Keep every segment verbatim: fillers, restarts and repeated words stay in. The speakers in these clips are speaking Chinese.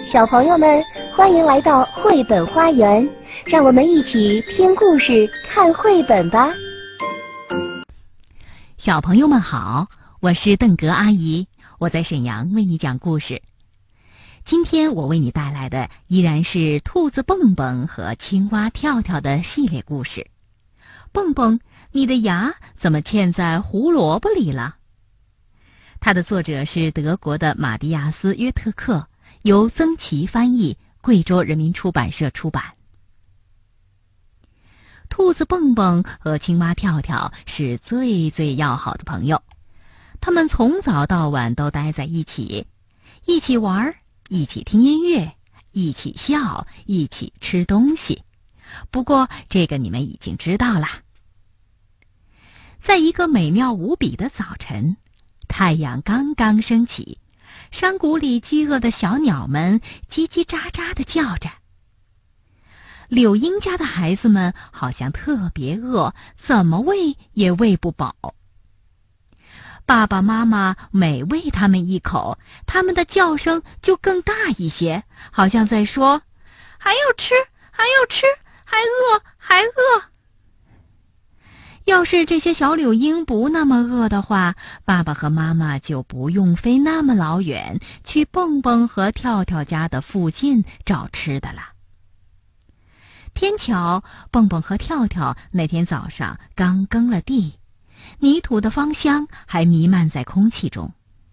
小朋友们，欢迎来到绘本花园，让我们一起听故事、看绘本吧。 小朋友们好，我是邓格阿姨，我在沈阳为你讲故事。今天我为你带来的依然是兔子蹦蹦和青蛙跳跳的系列故事。蹦蹦，你的牙怎么嵌在胡萝卜里了？它的作者是德国的马蒂亚斯·约特克，由曾琦翻译，贵州人民出版社出版。兔子蹦蹦和青蛙跳跳是最最要好的朋友，他们从早到晚都待在一起，一起玩，一起听音乐，一起笑，一起吃东西。不过这个你们已经知道啦。在一个美妙无比的早晨，太阳刚刚升起，山谷里饥饿的小鸟们叽叽喳喳地叫着。柳英家的孩子们好像特别饿，怎么喂也喂不饱。爸爸妈妈每喂他们一口，他们的叫声就更大一些，好像在说：还要吃，还要吃，还饿，还饿。要是这些小柳莺不那么饿的话，爸爸和妈妈就不用飞那么老远去蹦蹦和跳跳家的附近找吃的了。天巧，蹦蹦和跳跳那天早上刚耕了地，泥土的芳香还弥漫在空气中。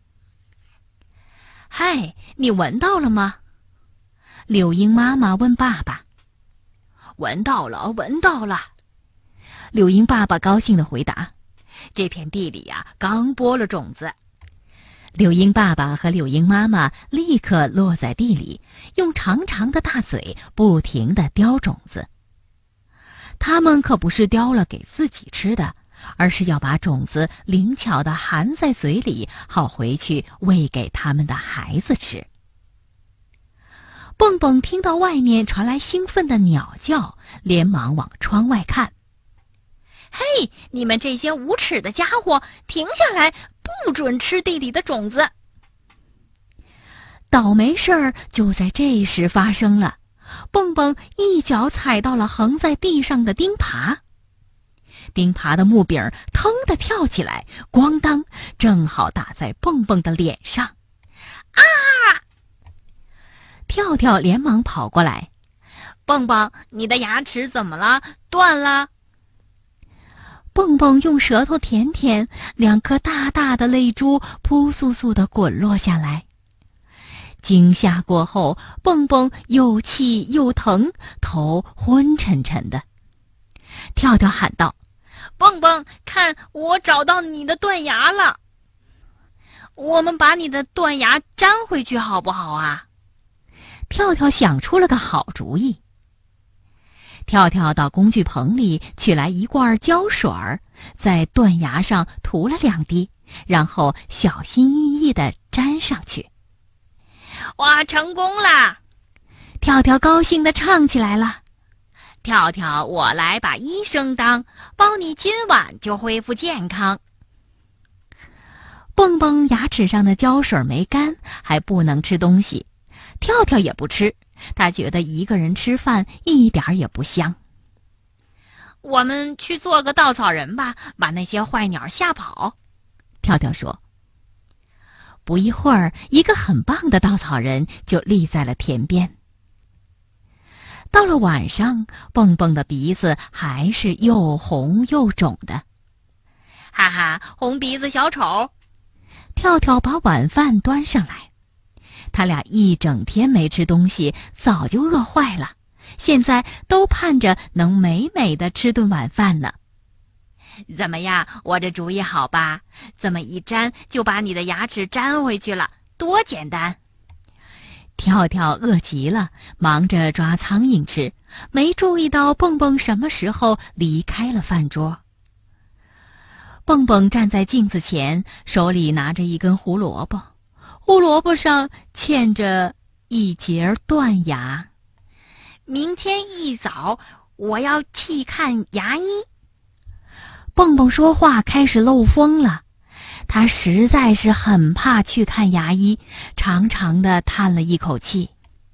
嗨，你闻到了吗？柳莺妈妈问爸爸。闻到了，闻到了。柳莺爸爸高兴地回答：这片地里呀、啊，刚播了种子。柳莺爸爸和柳莺妈妈立刻落在地里，用长长的大嘴不停地叼种子。他们可不是叼了给自己吃的，而是要把种子灵巧地含在嘴里，好回去喂给他们的孩子吃。蹦蹦听到外面传来兴奋的鸟叫，连忙往窗外看。嘿，你们这些无耻的家伙，停下来，不准吃地里的种子！倒霉事儿就在这时发生了，蹦蹦一脚踩到了横在地上的钉耙，钉耙的木柄腾地跳起来，咣当，正好打在蹦蹦的脸上。啊！跳跳连忙跑过来，蹦蹦，你的牙齿怎么了？断了？蹦蹦用舌头舔舔，两颗大大的泪珠扑簌簌地滚落下来。惊吓过后，蹦蹦又气又疼，头昏沉沉的。跳跳喊道：蹦蹦，看，我找到你的断牙了，我们把你的断牙粘回去好不好啊？跳跳想出了个好主意。跳跳到工具棚里取来一罐胶水儿，在断牙上涂了两滴，然后小心翼翼地粘上去。哇，成功啦！跳跳高兴地唱起来了。跳跳，我来把医生当，保你今晚就恢复健康。蹦蹦牙齿上的胶水没干，还不能吃东西，跳跳也不吃，他觉得一个人吃饭一点儿也不香。我们去做个稻草人吧，把那些坏鸟吓跑。跳跳说。不一会儿，一个很棒的稻草人就立在了田边。到了晚上，蹦蹦的鼻子还是又红又肿的。哈哈，红鼻子小丑！跳跳把晚饭端上来。他俩一整天没吃东西，早就饿坏了，现在都盼着能美美的吃顿晚饭呢。怎么样，我这主意好吧？这么一粘就把你的牙齿粘回去了，多简单！跳跳饿极了，忙着抓苍蝇吃，没注意到蹦蹦什么时候离开了饭桌。蹦蹦站在镜子前，手里拿着一根胡萝卜，胡萝卜上嵌着一截断牙。明天一早我要去看牙医。蹦蹦说话开始漏风了，他实在是很怕去看牙医，长长的叹了一口气。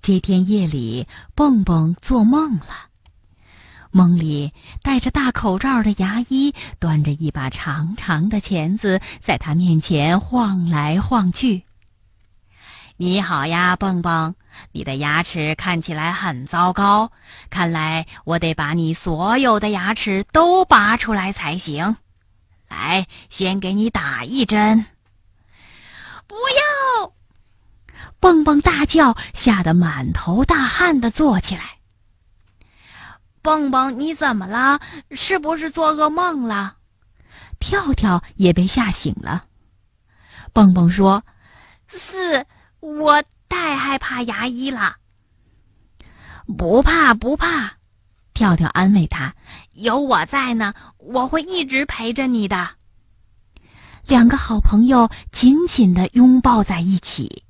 这天夜里，蹦蹦做梦了。梦里戴着大口罩的牙医端着一把长长的钳子，在他面前晃来晃去。你好呀，蹦蹦，你的牙齿看起来很糟糕，看来我得把你所有的牙齿都拔出来才行。来，先给你打一针。不要！蹦蹦大叫，吓得满头大汗地坐起来。蹦蹦，你怎么了？是不是做噩梦了？跳跳也被吓醒了。蹦蹦说：是，我太害怕牙医了。不怕不怕，跳跳安慰他，有我在呢，我会一直陪着你的。两个好朋友紧紧地拥抱在一起。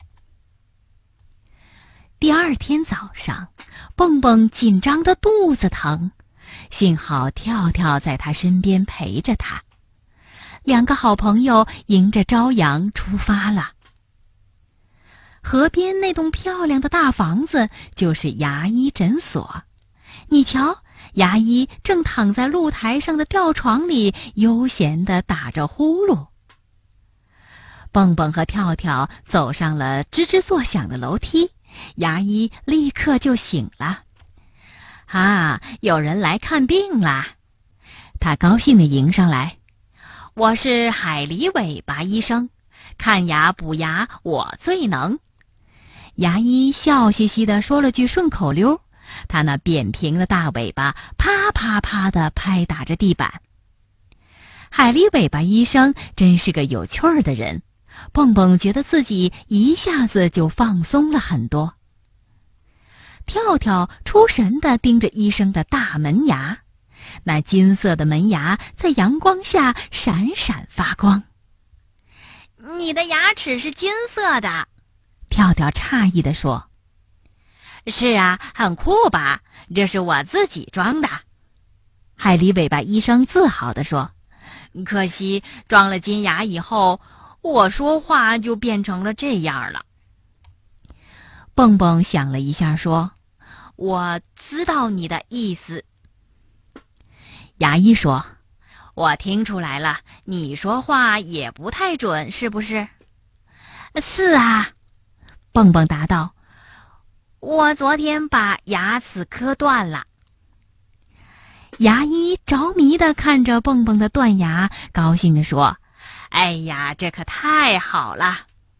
第二天早上，蹦蹦紧张的肚子疼，幸好跳跳在他身边陪着他。两个好朋友迎着朝阳出发了。河边那栋漂亮的大房子就是牙医诊所。你瞧，牙医正躺在露台上的吊床里，悠闲地打着呼噜。蹦蹦和跳跳走上了吱吱作响的楼梯，牙医立刻就醒了。啊，有人来看病啦！他高兴地迎上来。我是海狸尾巴医生，看牙补牙我最能。牙医笑嘻嘻地说了句顺口溜，他那扁平的大尾巴啪啪啪地拍打着地板。海狸尾巴医生真是个有趣儿的人，蹦蹦觉得自己一下子就放松了很多。跳跳出神地盯着医生的大门牙，那金色的门牙在阳光下闪闪发光。你的牙齿是金色的，跳跳诧异地说。是啊，很酷吧？这是我自己装的。海狸尾巴医生自豪地说。可惜装了金牙以后，我说话就变成了这样了。蹦蹦想了一下说，我知道你的意思。牙医说，我听出来了，你说话也不太准，是不是？是啊，蹦蹦答道，我昨天把牙齿磕断了。牙医着迷地看着蹦蹦的断牙，高兴地说，哎呀，这可太好了。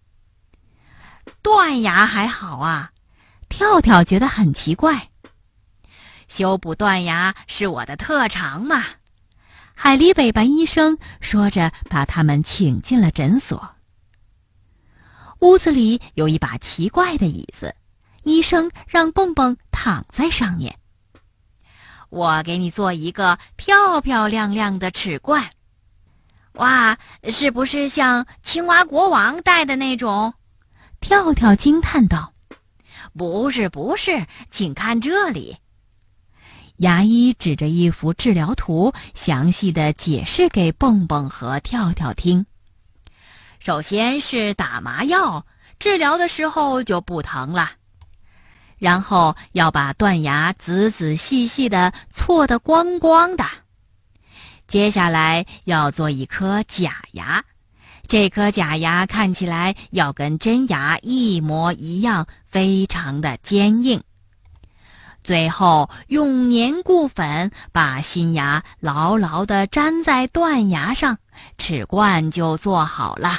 断牙还好啊，跳跳觉得很奇怪。修补断牙是我的特长嘛。海狸尾巴医生说着把他们请进了诊所。屋子里有一把奇怪的椅子，医生让蹦蹦躺在上面。我给你做一个漂漂亮亮的齿冠。哇，是不是像青蛙国王戴的那种？跳跳惊叹道。不是不是，请看这里。牙医指着一幅治疗图，详细地解释给蹦蹦和跳跳听。首先是打麻药，治疗的时候就不疼了。然后要把断牙仔仔细细地锉得光光的。接下来要做一颗假牙，这颗假牙看起来要跟真牙一模一样，非常的坚硬。最后用粘固粉把新牙牢牢地粘在断牙上，齿冠就做好了。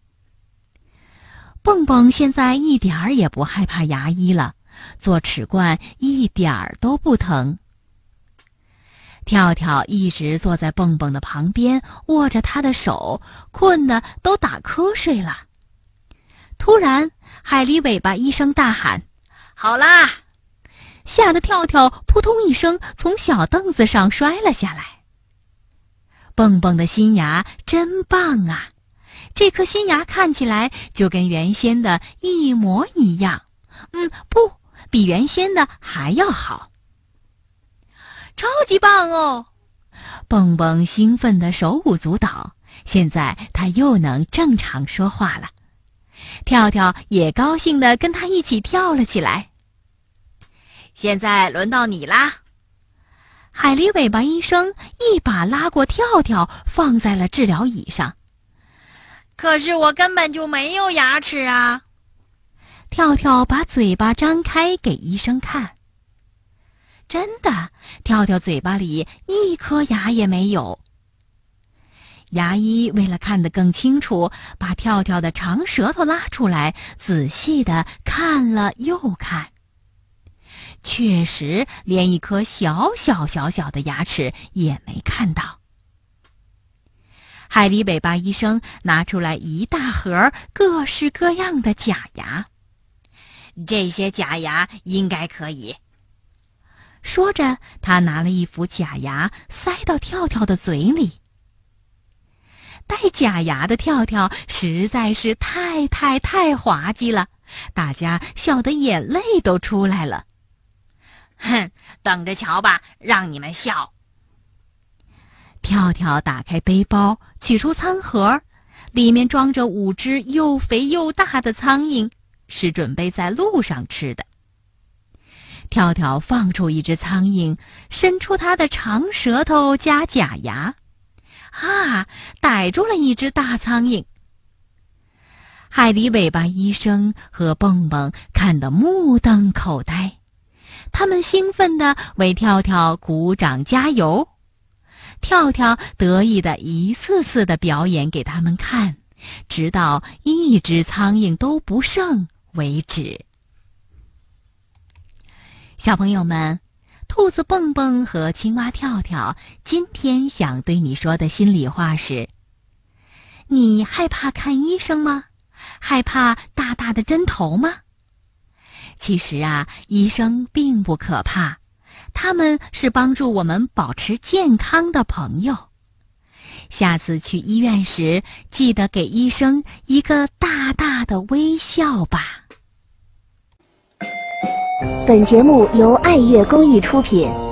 蹦蹦现在一点儿也不害怕牙医了，做齿冠一点儿都不疼。跳跳一直坐在蹦蹦的旁边，握着他的手，困得都打瞌睡了。突然，海狸尾巴医生大喊：好啦！吓得跳跳扑通一声从小凳子上摔了下来。蹦蹦的新牙真棒啊！这颗新牙看起来就跟原先的一模一样。嗯，不，比原先的还要好。超级棒哦！蹦蹦兴奋地手舞足蹈，现在他又能正常说话了。 跳跳也高兴地跟他一起跳了起来。现在轮到你啦！海狸尾巴医生一把拉过跳跳，放在了治疗椅上。可是我根本就没有牙齿啊！跳跳把嘴巴张开给医生看。真的，跳跳嘴巴里一颗牙也没有。牙医为了看得更清楚，把跳跳的长舌头拉出来，仔细地看了又看。确实，连一颗小小小小的牙齿也没看到。海狸尾巴医生拿出来一大盒各式各样的假牙。这些假牙应该可以。说着，他拿了一副假牙塞到跳跳的嘴里。戴假牙的跳跳实在是太太太滑稽了，大家笑得眼泪都出来了。哼，等着瞧吧，让你们笑。跳跳打开背包，取出餐盒，里面装着五只又肥又大的苍蝇，是准备在路上吃的。跳跳放出一只苍蝇，伸出它的长舌头加假牙，啊，逮住了一只大苍蝇。海狸尾巴医生和蹦蹦看得目瞪口呆，他们兴奋地为跳跳鼓掌加油。跳跳得意地一次次地表演给他们看，直到一只苍蝇都不剩为止。小朋友们，兔子蹦蹦和青蛙跳跳今天想对你说的心里话是：你害怕看医生吗？害怕大大的针头吗？其实啊，医生并不可怕，他们是帮助我们保持健康的朋友。下次去医院时，记得给医生一个大大的微笑吧。 本节目由爱乐公益出品。